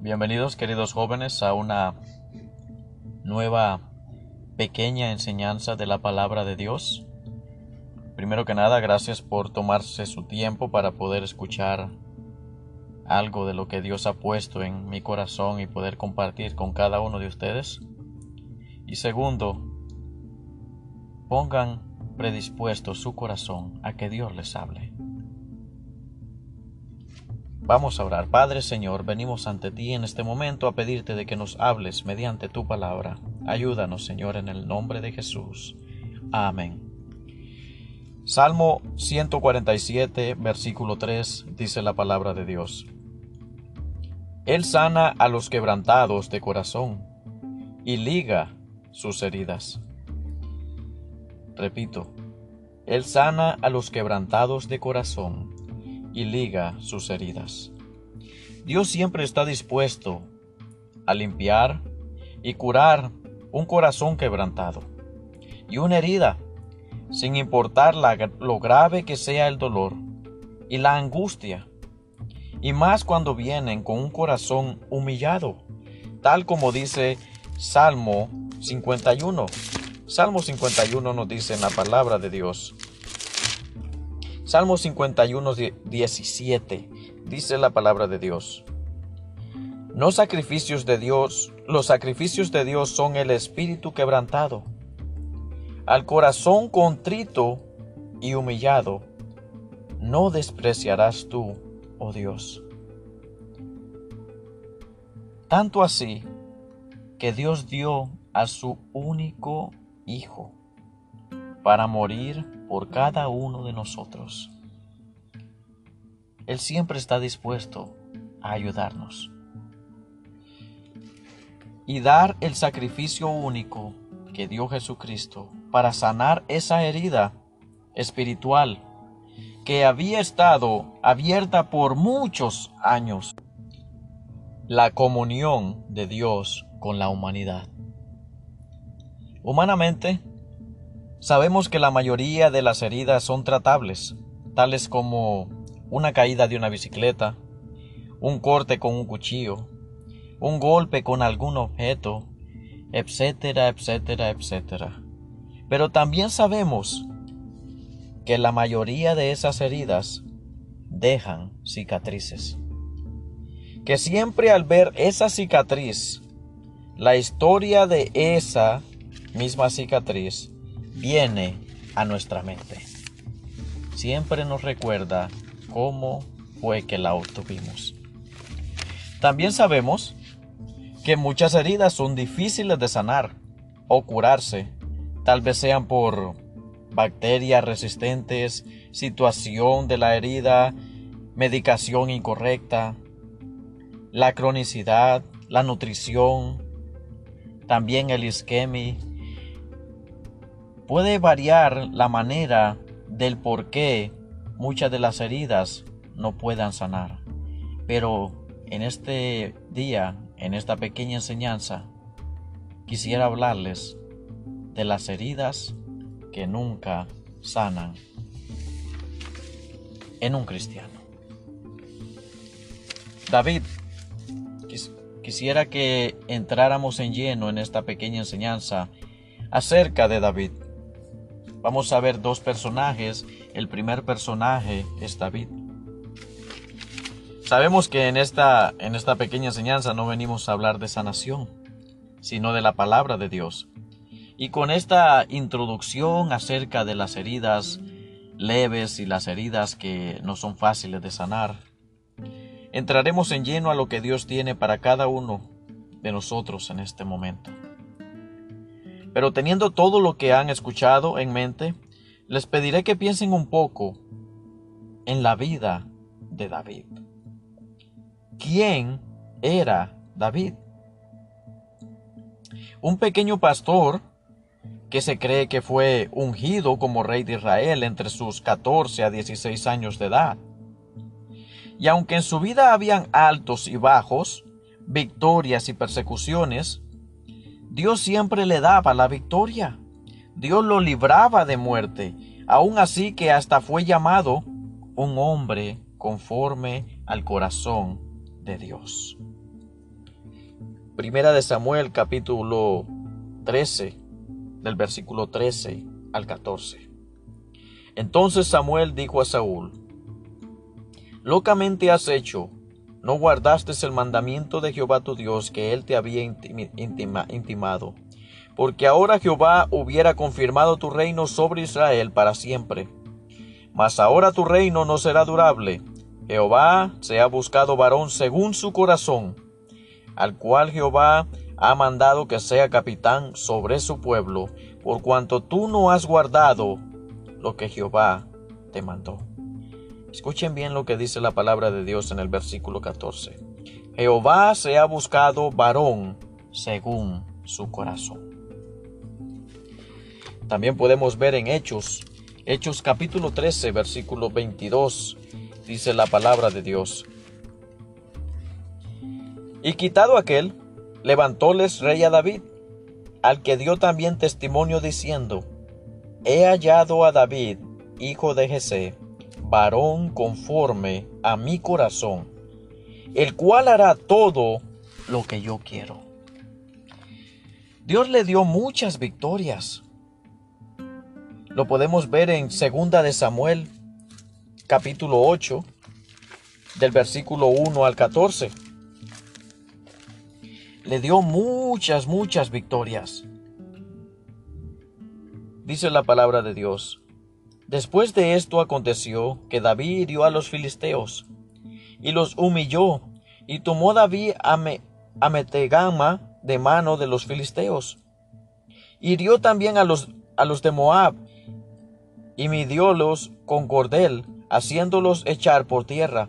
Bienvenidos, queridos jóvenes, a una nueva pequeña enseñanza de la palabra de Dios. Primero que nada, gracias por tomarse su tiempo para poder escuchar algo de lo que Dios ha puesto en mi corazón y poder compartir con cada uno de ustedes. Y segundo, pongan predispuesto su corazón a que Dios les hable. Vamos a orar. Padre Señor, venimos ante ti en este momento a pedirte de que nos hables mediante tu palabra. Ayúdanos, Señor, en el nombre de Jesús. Amén. Salmo 147, versículo 3, dice la palabra de Dios. Él sana a los quebrantados de corazón y liga sus heridas. Repito, Él sana a los quebrantados de corazón y liga sus heridas. Dios siempre está dispuesto a limpiar y curar un corazón quebrantado y una herida, sin importar lo grave que sea el dolor y la angustia, y más cuando vienen con un corazón humillado, tal como dice Salmo 51. Salmo 51 nos dice en la palabra de Dios. Salmo 51, 17, dice la palabra de Dios. Los sacrificios de Dios son el espíritu quebrantado. Al corazón contrito y humillado, no despreciarás tú, oh Dios. Tanto así que Dios dio a su único Hijo para morir por cada uno de nosotros. Él siempre está dispuesto a ayudarnos y dar el sacrificio único que dio Jesucristo para sanar esa herida espiritual que había estado abierta por muchos años. La comunión de Dios con la humanidad. Humanamente, sabemos que la mayoría de las heridas son tratables, tales como una caída de una bicicleta, un corte con un cuchillo, un golpe con algún objeto, etcétera, etcétera, etcétera. Pero también sabemos que la mayoría de esas heridas dejan cicatrices. Que siempre al ver esa cicatriz, la historia de esa misma cicatriz viene a nuestra mente. Siempre nos recuerda cómo fue que la obtuvimos. También sabemos que muchas heridas son difíciles de sanar o curarse, tal vez sean por bacterias resistentes, situación de la herida, medicación incorrecta, la cronicidad, la nutrición, también el isquemia. Puede variar la manera del por qué muchas de las heridas no puedan sanar. Pero en este día, en esta pequeña enseñanza, quisiera hablarles de las heridas que nunca sanan en un cristiano. David, quisiera que entráramos en lleno en esta pequeña enseñanza acerca de David. Vamos a ver dos personajes. El primer personaje es David. Sabemos que en esta pequeña enseñanza no venimos a hablar de sanación, sino de la palabra de Dios. Y con esta introducción acerca de las heridas leves y las heridas que no son fáciles de sanar, entraremos en lleno a lo que Dios tiene para cada uno de nosotros en este momento. Pero teniendo todo lo que han escuchado en mente, les pediré que piensen un poco en la vida de David. ¿Quién era David? Un pequeño pastor que se cree que fue ungido como rey de Israel entre sus 14 a 16 años de edad. Y aunque en su vida habían altos y bajos, victorias y persecuciones, Dios siempre le daba la victoria. Dios lo libraba de muerte, aun así que hasta fue llamado un hombre conforme al corazón de Dios. Primera de Samuel, capítulo 13, del versículo 13 al 14. Entonces Samuel dijo a Saúl: locamente has hecho, no guardaste el mandamiento de Jehová tu Dios que él te había intimado, porque ahora Jehová hubiera confirmado tu reino sobre Israel para siempre. Mas ahora tu reino no será durable. Jehová se ha buscado varón según su corazón, al cual Jehová ha mandado que sea capitán sobre su pueblo, por cuanto tú no has guardado lo que Jehová te mandó. Escuchen bien lo que dice la palabra de Dios en el versículo 14. Jehová se ha buscado varón según su corazón. También podemos ver en Hechos capítulo 13, versículo 22, dice la palabra de Dios: y quitado aquel, levantóles rey a David, al que dio también testimonio diciendo: he hallado a David, hijo de Jesé, varón conforme a mi corazón, el cual hará todo lo que yo quiero. Dios le dio muchas victorias. Lo podemos ver en 2 de Samuel, capítulo 8, del versículo 1 al 14. Le dio muchas victorias. Dice la palabra de Dios: después de esto aconteció que David hirió a los filisteos y los humilló, y tomó David a Metegama de mano de los filisteos. Hirió también a los de Moab, y midiólos con cordel, haciéndolos echar por tierra.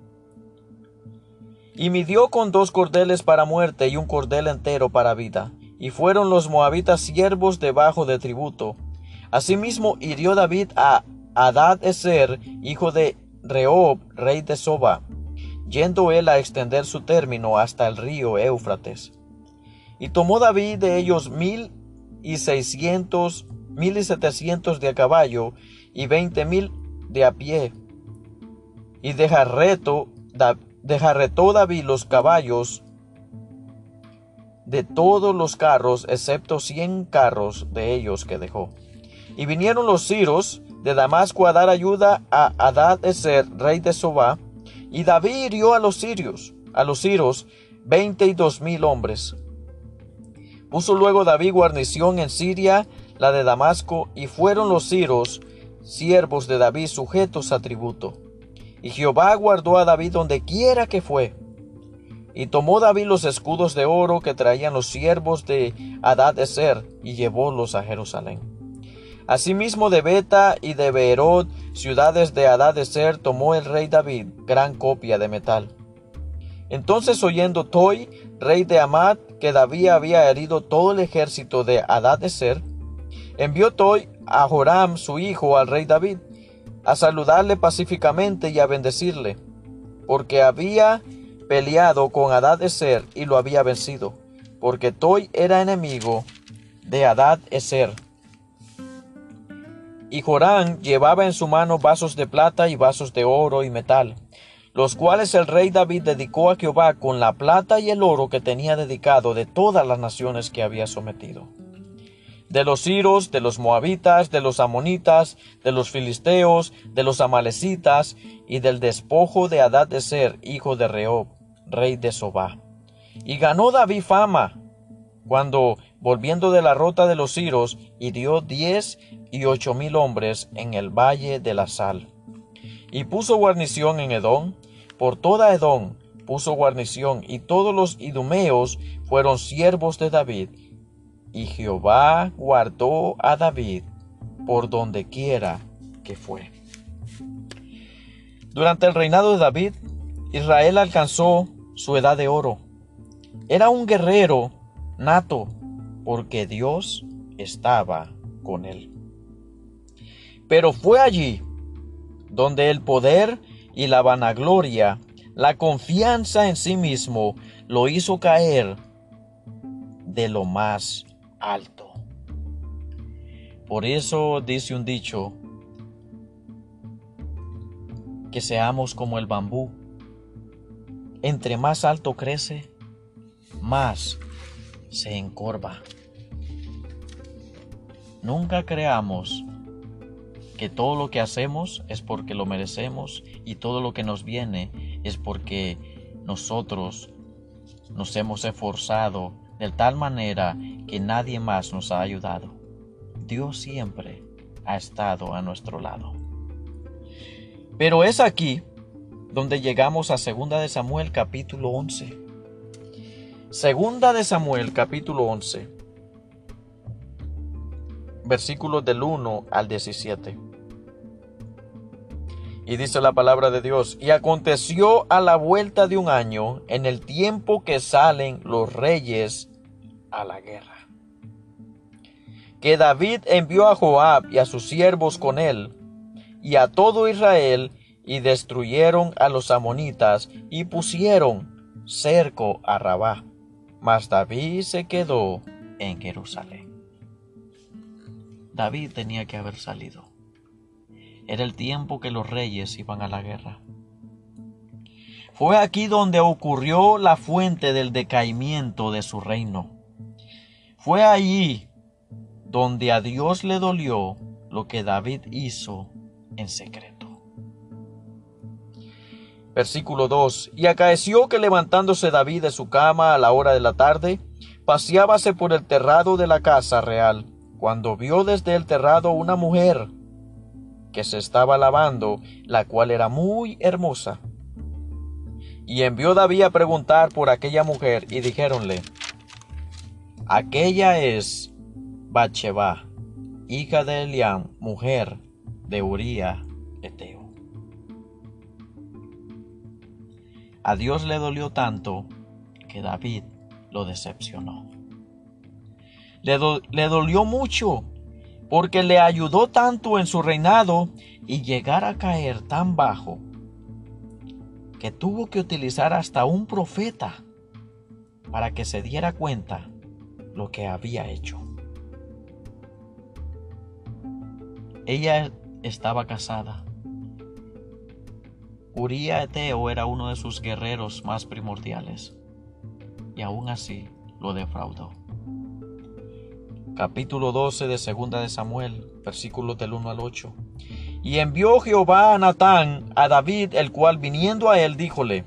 Y midió con 2 cordeles para muerte y un cordel entero para vida. Y fueron los moabitas siervos debajo de tributo. Asimismo hirió David a Hadad-ezer, hijo de Rehob, rey de Soba, yendo él a extender su término hasta el río Éufrates. Y tomó David de ellos 1,700 de a caballo y 20,000 de a pie. Y desjarretó David los caballos de todos los carros, excepto 100 carros de ellos que dejó. Y vinieron los siros de Damasco a dar ayuda a Hadad-ezer, rey de Soba, y David hirió a los siros 22,000 hombres. Puso luego David guarnición en Siria, la de Damasco, y fueron los siros, siervos de David, sujetos a tributo. Y Jehová guardó a David donde quiera que fue. Y tomó David los escudos de oro que traían los siervos de Hadad-ezer, y llevólos a Jerusalén. Asimismo de Beta y de Beerot, ciudades de Hadad-ezer, tomó el rey David gran copia de metal. Entonces, oyendo Toi, rey de Amad, que David había herido todo el ejército de Hadad-ezer, envió Toi a Joram su hijo al rey David, a saludarle pacíficamente y a bendecirle, porque había peleado con Hadad-ezer y lo había vencido, porque Toi era enemigo de Hadad-ezer. Y Joram llevaba en su mano vasos de plata y vasos de oro y metal, los cuales el rey David dedicó a Jehová con la plata y el oro que tenía dedicado de todas las naciones que había sometido, de los siros, de los moabitas, de los amonitas, de los filisteos, de los amalecitas, y del despojo de Hadad-ezer, hijo de Rehob, rey de Soba. Y ganó David fama, cuando, volviendo de la rota de los siros, hirió 18,000 hombres en el valle de la Sal. Y puso guarnición en Edom, por toda Edom puso guarnición, y todos los idumeos fueron siervos de David. Y Jehová guardó a David por donde quiera que fue. Durante el reinado de David, Israel alcanzó su edad de oro. Era un guerrero nato, porque Dios estaba con él. Pero fue allí donde el poder y la vanagloria, la confianza en sí mismo, lo hizo caer de lo más alto. Por eso dice un dicho, que seamos como el bambú. Entre más alto crece, más se encorva. Nunca creamos que todo lo que hacemos es porque lo merecemos y todo lo que nos viene es porque nosotros nos hemos esforzado de tal manera que nadie más nos ha ayudado. Dios siempre ha estado a nuestro lado. Pero es aquí donde llegamos a 2 de Samuel capítulo 11. 2 de Samuel capítulo 11, versículos del 1 al 17. Y dice la palabra de Dios: y aconteció a la vuelta de un año, en el tiempo que salen los reyes a la guerra, que David envió a Joab y a sus siervos con él, y a todo Israel, y destruyeron a los amonitas, y pusieron cerco a Rabá. Mas David se quedó en Jerusalén. David tenía que haber salido. Era el tiempo que los reyes iban a la guerra. Fue aquí donde ocurrió la fuente del decaimiento de su reino. Fue allí donde a Dios le dolió lo que David hizo en secreto. Versículo 2. Y acaeció que levantándose David de su cama a la hora de la tarde, paseábase por el terrado de la casa real, cuando vio desde el terrado una mujer que se estaba lavando, la cual era muy hermosa. Y envió David a preguntar por aquella mujer, y dijéronle: aquella es Batseba, hija de Eliam, mujer de Uría Eteo. A Dios le dolió tanto que David lo decepcionó. Le dolió mucho porque le ayudó tanto en su reinado y llegar a caer tan bajo que tuvo que utilizar hasta un profeta para que se diera cuenta lo que había hecho. Ella estaba casada. Uría Eteo era uno de sus guerreros más primordiales, y aún así lo defraudó. Capítulo 12 de 2 de Samuel, versículos del 1 al 8. Y envió Jehová a Natán a David, el cual viniendo a él díjole: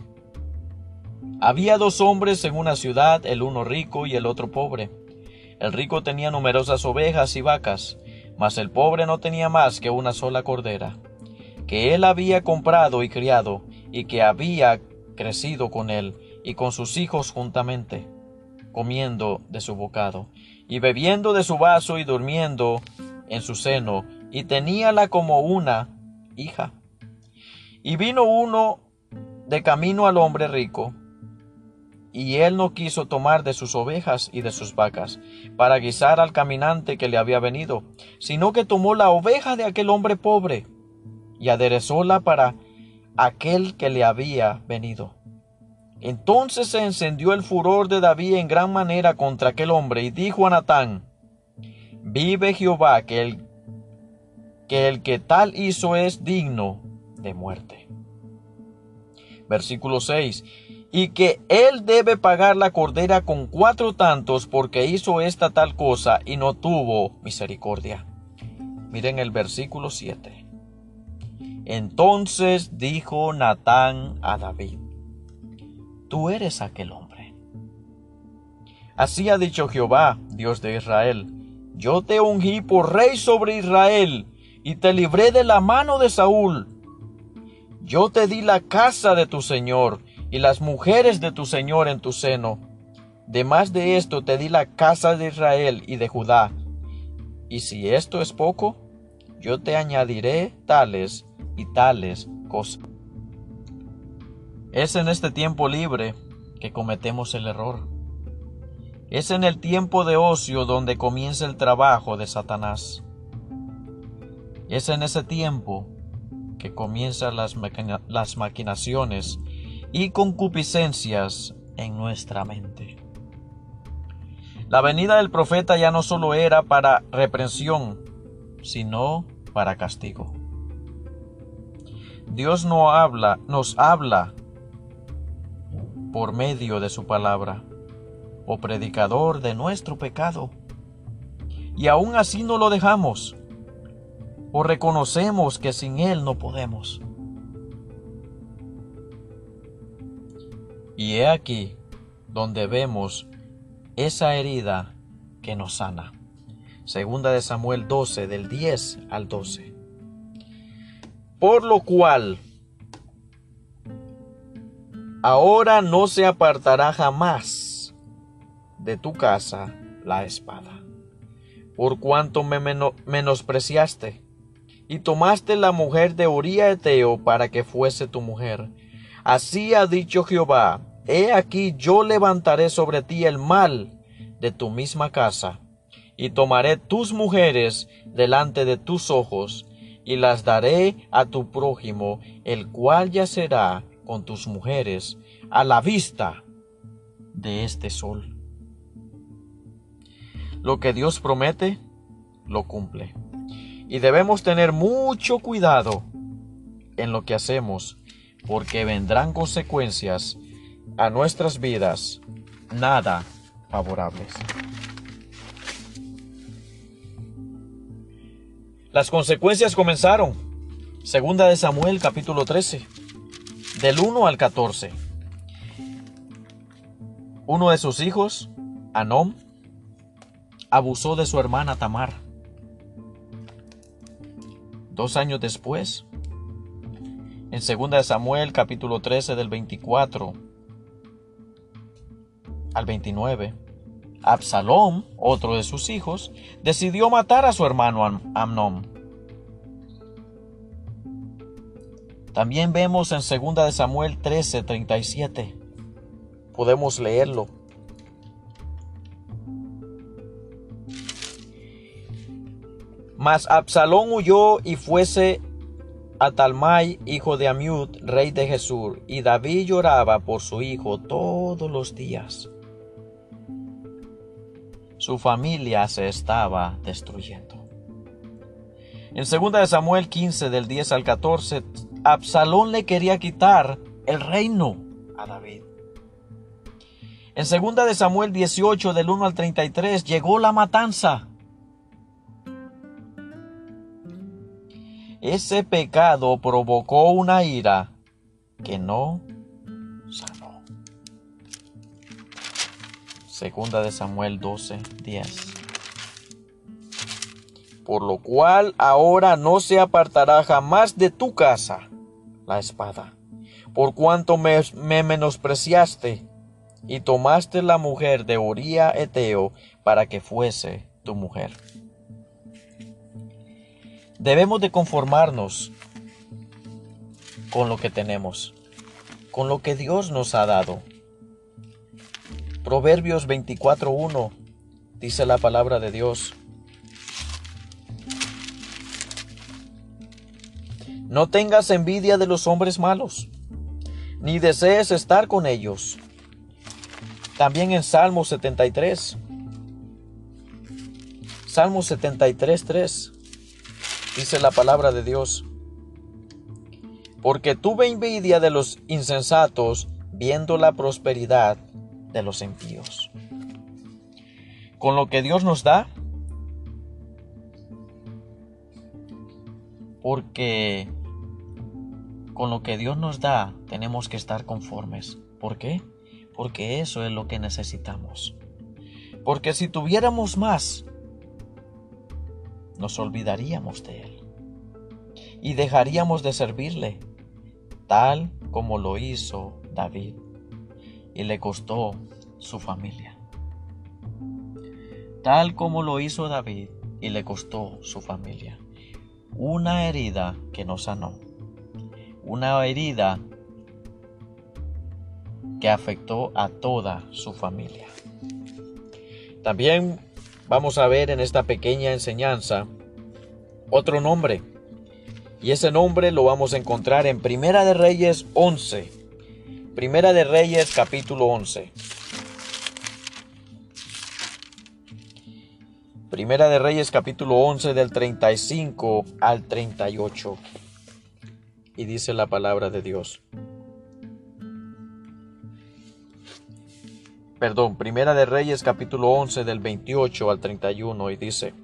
había dos hombres en una ciudad, el uno rico y el otro pobre. El rico tenía numerosas ovejas y vacas, mas el pobre no tenía más que una sola cordera, que él había comprado y criado, y que había crecido con él y con sus hijos juntamente, comiendo de su bocado, y bebiendo de su vaso, y durmiendo en su seno, y teníala como una hija. Y vino uno de camino al hombre rico, y él no quiso tomar de sus ovejas y de sus vacas, para guisar al caminante que le había venido, sino que tomó la oveja de aquel hombre pobre, y aderezóla para aquel que le había venido. Entonces se encendió el furor de David en gran manera contra aquel hombre, y dijo a Natán: vive Jehová, que el que tal hizo es digno de muerte. Versículo 6. Y que él debe pagar la cordera con 4 tantos, porque hizo esta tal cosa y no tuvo misericordia. Miren el versículo 7. Entonces dijo Natán a David: tú eres aquel hombre. Así ha dicho Jehová, Dios de Israel: yo te ungí por rey sobre Israel, y te libré de la mano de Saúl. Yo te di la casa de tu señor, y las mujeres de tu señor en tu seno. Demás de esto te di la casa de Israel y de Judá. Y si esto es poco, yo te añadiré tales y tales cosas. Es en este tiempo libre que cometemos el error. Es en el tiempo de ocio donde comienza el trabajo de Satanás. Es en ese tiempo que comienzan las maquinaciones y concupiscencias en nuestra mente. La venida del profeta ya no solo era para reprensión, sino para castigo. Dios nos habla por medio de su palabra. o predicador de nuestro pecado, y aún así no lo dejamos, o reconocemos que sin Él no podemos. Y he aquí donde vemos esa herida que nos sana. Segunda de Samuel 12, del 10 al 12. Por lo cual, ahora no se apartará jamás de tu casa la espada, por cuanto me menospreciaste, y tomaste la mujer de Uría Eteo para que fuese tu mujer. Así ha dicho Jehová: he aquí yo levantaré sobre ti el mal de tu misma casa, y tomaré tus mujeres delante de tus ojos, y las daré a tu prójimo, el cual yacerá con tus mujeres a la vista de este sol. Lo que Dios promete, lo cumple. Y debemos tener mucho cuidado en lo que hacemos, porque vendrán consecuencias a nuestras vidas nada favorables. Las consecuencias comenzaron. Segunda de Samuel, capítulo 13, del 1 al 14. Uno de sus hijos, Anón, abusó de su hermana Tamar. 2 años después, en Segunda de Samuel, capítulo 13, del 24 al 29, Absalom, otro de sus hijos, decidió matar a su hermano Amnón. También vemos en Segunda de Samuel 13, 37. Podemos leerlo. Mas Absalom huyó y fuese a Talmai, hijo de Amiud, rey de Gesur, y David lloraba por su hijo todos los días. Su familia se estaba destruyendo. En 2 de Samuel 15, del 10 al 14, Absalom le quería quitar el reino a David. En 2 de Samuel 18, del 1 al 33, llegó la matanza. Ese pecado provocó una ira que no sanó. Segunda de Samuel 12, 10. Por lo cual ahora no se apartará jamás de tu casa la espada, por cuanto me menospreciaste y tomaste la mujer de Uría Eteo para que fuese tu mujer. Debemos de conformarnos con lo que tenemos, con lo que Dios nos ha dado. Proverbios 24:1 dice la palabra de Dios: no tengas envidia de los hombres malos, ni desees estar con ellos. También en Salmo 73, Salmo 73:3 dice la palabra de Dios: porque tuve envidia de los insensatos, viendo la prosperidad de los impíos. Con lo que Dios nos da, porque con lo que Dios nos da tenemos que estar conformes. ¿Por qué? Porque eso es lo que necesitamos. Porque si tuviéramos más, nos olvidaríamos de Él y dejaríamos de servirle, tal como lo hizo David, y le costó su familia. Tal como lo hizo David y le costó su familia. Una herida que no sanó. Una herida que afectó a toda su familia. También vamos a ver en esta pequeña enseñanza otro nombre. Y ese nombre lo vamos a encontrar en Primera de Reyes 11. Primera de Reyes capítulo 11. Primera de Reyes capítulo 11 del 35 al 38. Y dice la palabra de Dios: Primera de Reyes capítulo 11 del 28 al 31 y dice: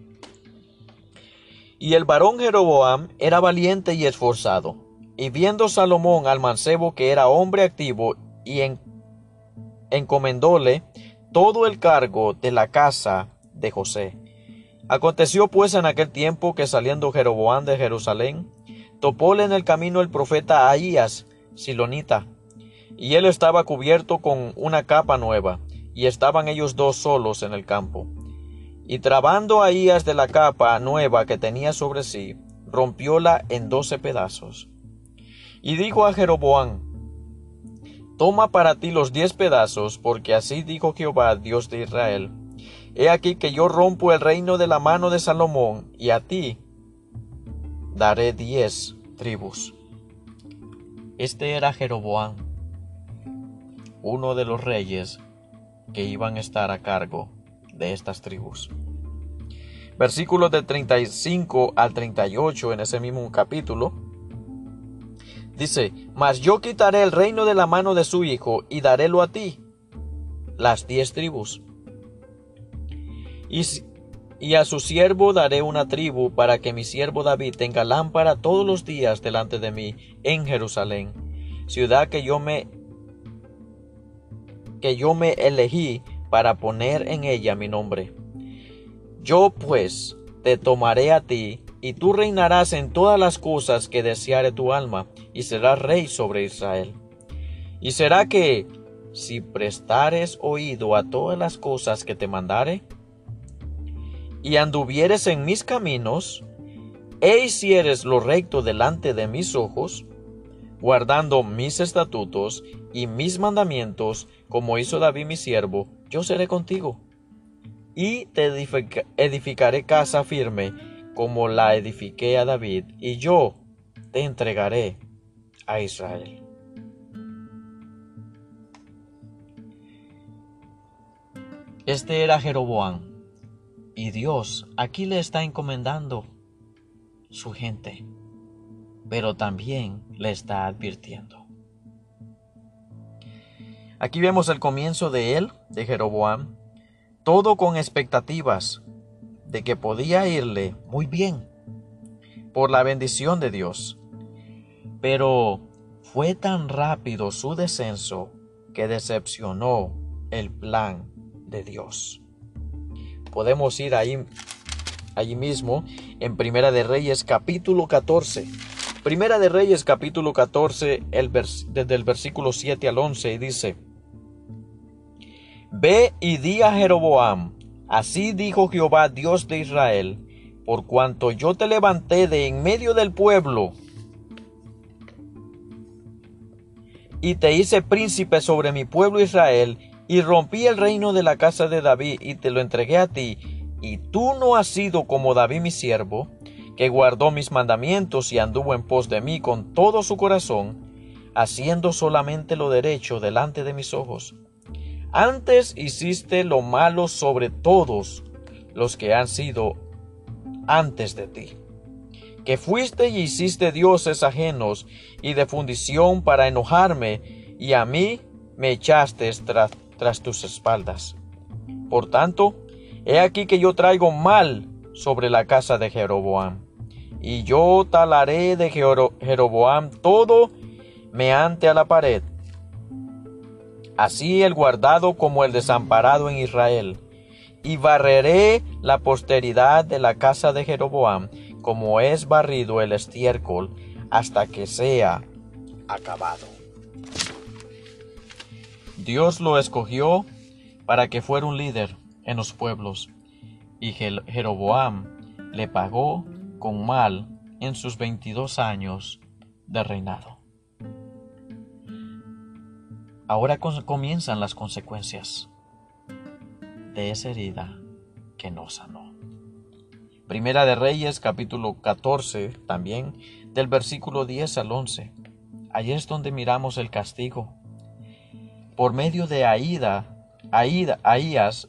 Y el varón Jeroboam era valiente y esforzado, y viendo Salomón al mancebo que era hombre activo, y encomendóle todo el cargo de la casa de José. Aconteció pues en aquel tiempo que saliendo Jeroboam de Jerusalén, topóle en el camino el profeta Ahías silonita, y él estaba cubierto con una capa nueva, y estaban ellos dos solos en el campo. Y trabando Ahías de la capa nueva que tenía sobre sí, rompióla en 12 pedazos. Y dijo a Jeroboam: Toma para ti los 10 pedazos, porque así dijo Jehová, Dios de Israel: He aquí que yo rompo el reino de la mano de Salomón, y a ti daré 10 tribus. Este era Jeroboam, uno de los reyes que iban a estar a cargo de estas tribus. Versículos de 35 al 38 en ese mismo capítulo dice: Mas yo quitaré el reino de la mano de su hijo y darélo a ti, las 10 tribus. Y a su siervo daré una tribu, para que mi siervo David tenga lámpara todos los días delante de mí en Jerusalén, ciudad que yo me elegí para poner en ella mi nombre. Yo pues te tomaré a ti, y tú reinarás en todas las cosas que deseare tu alma, y serás rey sobre Israel. Y será que, si prestares oído a todas las cosas que te mandare, y anduvieres en mis caminos, e hicieres lo recto delante de mis ojos, guardando mis estatutos y mis mandamientos, como hizo David mi siervo, yo seré contigo, y te edificaré casa firme, como la edifiqué a David, y yo te entregaré a Israel. Este era Jeroboam, y Dios aquí le está encomendando su gente, pero también le está advirtiendo. Aquí vemos el comienzo de Jeroboam, todo con expectativas de que podía irle muy bien por la bendición de Dios. Pero fue tan rápido su descenso que decepcionó el plan de Dios. Podemos ir allí mismo en Primera de Reyes capítulo 14. Primera de Reyes capítulo 14, desde el versículo 7 al 11, y dice: Ve y di a Jeroboam: Así dijo Jehová, Dios de Israel: Por cuanto yo te levanté de en medio del pueblo, y te hice príncipe sobre mi pueblo Israel, y rompí el reino de la casa de David, y te lo entregué a ti, y tú no has sido como David mi siervo, que guardó mis mandamientos y anduvo en pos de mí con todo su corazón, haciendo solamente lo derecho delante de mis ojos. Antes hiciste lo malo sobre todos los que han sido antes de ti, que fuiste y hiciste dioses ajenos y de fundición para enojarme, y a mí me echaste tras tus espaldas. Por tanto, he aquí que yo traigo mal sobre la casa de Jeroboam, y yo talaré de Jeroboam todo meante a la pared, así el guardado como el desamparado en Israel, y barreré la posteridad de la casa de Jeroboam, como es barrido el estiércol, hasta que sea acabado. Dios lo escogió para que fuera un líder en los pueblos, y Jeroboam le pagó con mal en sus 22 años de reinado. Ahora comienzan las consecuencias de esa herida que no sanó. Primera de Reyes capítulo 14 también, del versículo 10 al 11. Allí es donde miramos el castigo. Por medio de Ahías,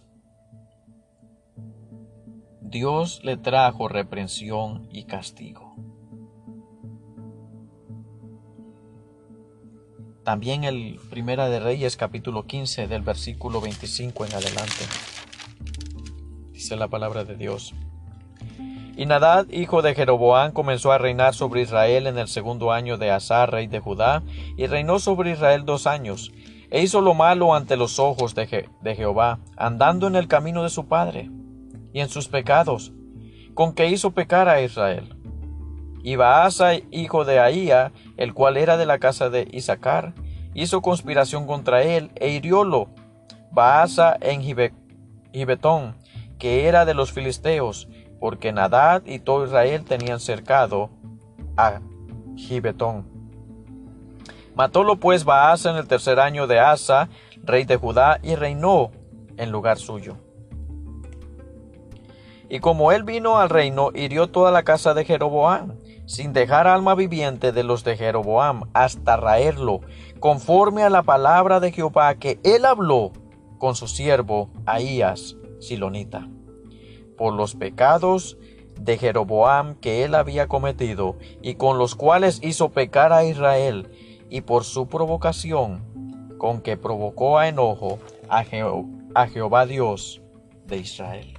Dios le trajo reprensión y castigo. También el Primera de Reyes, capítulo 15, del versículo 25 en adelante. Dice la palabra de Dios. Y Nadab, hijo de Jeroboam, comenzó a reinar sobre Israel en el segundo año de Asa, rey de Judá, y reinó sobre Israel 2 años. E hizo lo malo ante los ojos de Jehová, andando en el camino de su padre, y en sus pecados, con que hizo pecar a Israel. Y Baasa, hijo de Ahía, el cual era de la casa de Isaacar, hizo conspiración contra él, e hiriólo Baasa en Gibetón, que era de los filisteos, porque Nadab y todo Israel tenían cercado a Gibetón. Matólo pues Baasa en el tercer año de Asa, rey de Judá, y reinó en lugar suyo. Y como él vino al reino, hirió toda la casa de Jeroboam, sin dejar alma viviente de los de Jeroboam, hasta raerlo, conforme a la palabra de Jehová que él habló con su siervo Ahías silonita, por los pecados de Jeroboam que él había cometido, y con los cuales hizo pecar a Israel, y por su provocación, con que provocó a enojo a Jehová Dios de Israel.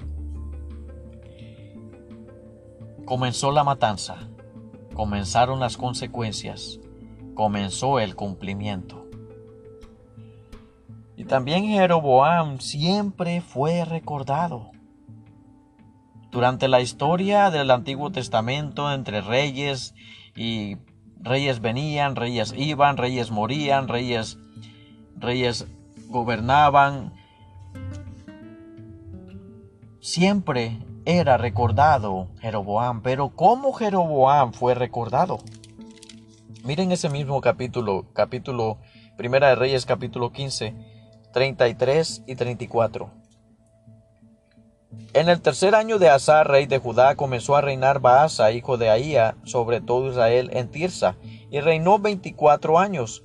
Comenzó la matanza, comenzaron las consecuencias, comenzó el cumplimiento. Y también Jeroboam siempre fue recordado. Durante la historia del Antiguo Testamento, entre reyes y reyes venían, reyes iban, reyes morían, reyes gobernaban, siempre era recordado Jeroboam. Pero ¿cómo Jeroboam fue recordado? Miren ese mismo capítulo Primera de Reyes, capítulo 15, 33 y 34. En el tercer año de Asa, rey de Judá, comenzó a reinar Baasa, hijo de Ahía, sobre todo Israel en Tirsa, y reinó 24 años.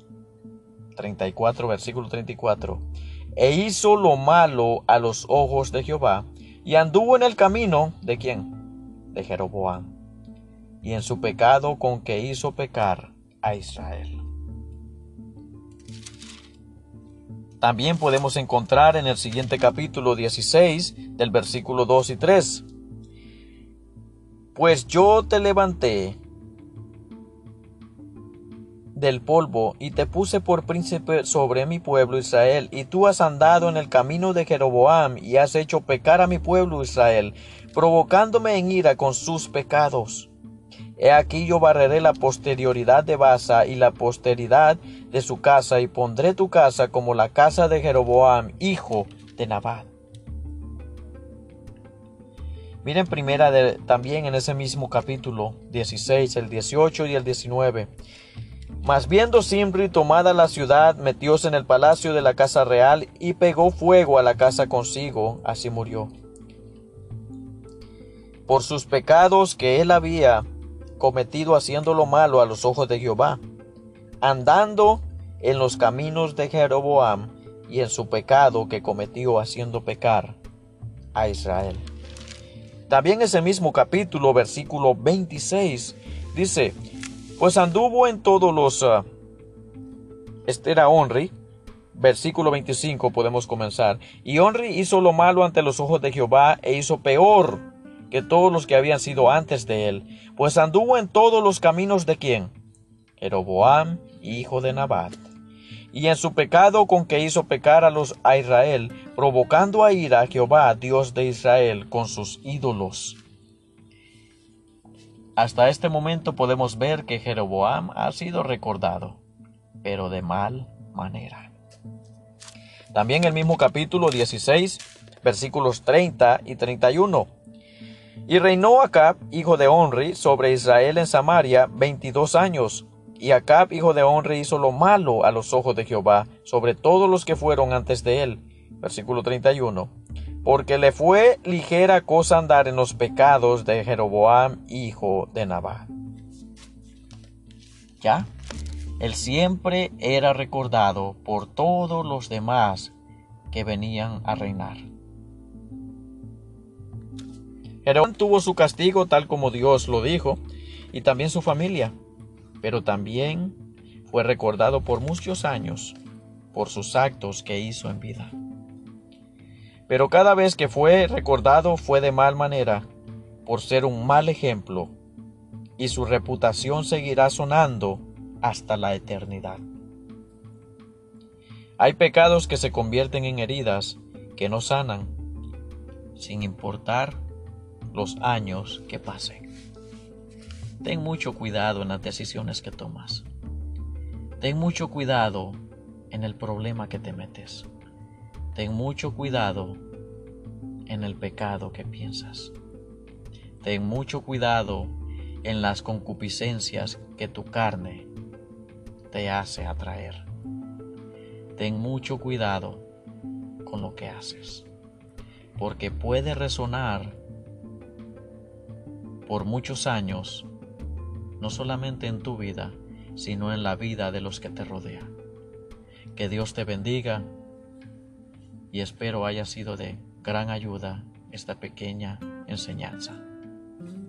34, versículo 34. E hizo lo malo a los ojos de Jehová, y anduvo en el camino, ¿de quién? De Jeroboam, y en su pecado con que hizo pecar a Israel. También podemos encontrar en el siguiente capítulo 16, del versículo 2 y 3. Pues yo te levanté del polvo y te puse por príncipe sobre mi pueblo Israel, y tú has andado en el camino de Jeroboam y has hecho pecar a mi pueblo Israel, provocándome en ira con sus pecados. He aquí yo barreré la posterioridad de Baasa y la posteridad de su casa, y pondré tu casa como la casa de Jeroboam, hijo de Nabat. Miren también en ese mismo capítulo 16, el 18 y el 19. Mas viendo Zimri tomada la ciudad, metióse en el palacio de la casa real y pegó fuego a la casa consigo, así murió. Por sus pecados que él había cometido haciendo lo malo a los ojos de Jehová, andando en los caminos de Jeroboam, y en su pecado que cometió haciendo pecar a Israel. También ese mismo capítulo, versículo 26, dice: pues anduvo en todos los... Este era Onri. Versículo 25 podemos comenzar. Y Onri hizo lo malo ante los ojos de Jehová, e hizo peor que todos los que habían sido antes de él. Pues anduvo en todos los caminos de ¿quién? Jeroboam, hijo de Nabat. Y en su pecado con que hizo pecar a Israel, provocando a ira a Jehová, Dios de Israel, con sus ídolos. Hasta este momento podemos ver que Jeroboam ha sido recordado, pero de mal manera. También el mismo capítulo 16, versículos 30 y 31. Y reinó Acab, hijo de Onri, sobre Israel en Samaria 22 años. Y Acab, hijo de Onri, hizo lo malo a los ojos de Jehová, sobre todos los que fueron antes de él. Versículo 31. Porque le fue ligera cosa andar en los pecados de Jeroboam, hijo de Nabat. ¿Ya? Él siempre era recordado por todos los demás que venían a reinar. Jeroboam tuvo su castigo tal como Dios lo dijo, y también su familia. Pero también fue recordado por muchos años por sus actos que hizo en vida. Pero cada vez que fue recordado fue de mal manera, por ser un mal ejemplo, y su reputación seguirá sonando hasta la eternidad. Hay pecados que se convierten en heridas que no sanan, sin importar los años que pasen. Ten mucho cuidado en las decisiones que tomas. Ten mucho cuidado en el problema que te metes. Ten mucho cuidado en el pecado que piensas. Ten mucho cuidado en las concupiscencias que tu carne te hace atraer. Ten mucho cuidado con lo que haces, porque puede resonar por muchos años, no solamente en tu vida, sino en la vida de los que te rodean. Que Dios te bendiga y espero haya sido de gran ayuda esta pequeña enseñanza.